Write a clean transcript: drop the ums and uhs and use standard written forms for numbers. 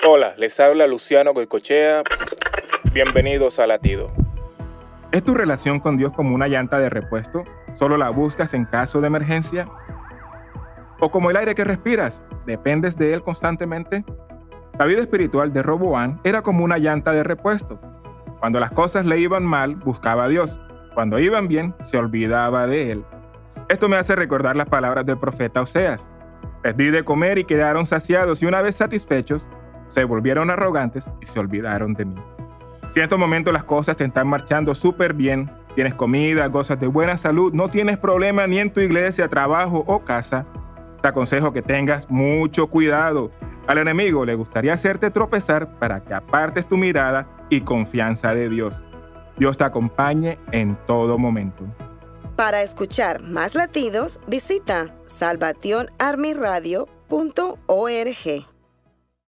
Hola, les habla Luciano Goicochea. Bienvenidos a Latido. ¿Es tu relación con Dios como una llanta de repuesto? ¿Solo la buscas en caso de emergencia? ¿O como el aire que respiras, dependes de él constantemente? La vida espiritual de Roboam era como una llanta de repuesto. Cuando las cosas le iban mal, buscaba a Dios. Cuando iban bien, se olvidaba de él. Esto me hace recordar las palabras del profeta Oseas. Les di de comer y quedaron saciados, y una vez satisfechos, se volvieron arrogantes y se olvidaron de mí. Si en estos momentos las cosas te están marchando súper bien, tienes comida, gozas de buena salud, no tienes problema ni en tu iglesia, trabajo o casa, te aconsejo que tengas mucho cuidado. Al enemigo le gustaría hacerte tropezar para que apartes tu mirada y confianza de Dios. Dios te acompañe en todo momento. Para escuchar más latidos, visita salvationarmyradio.org.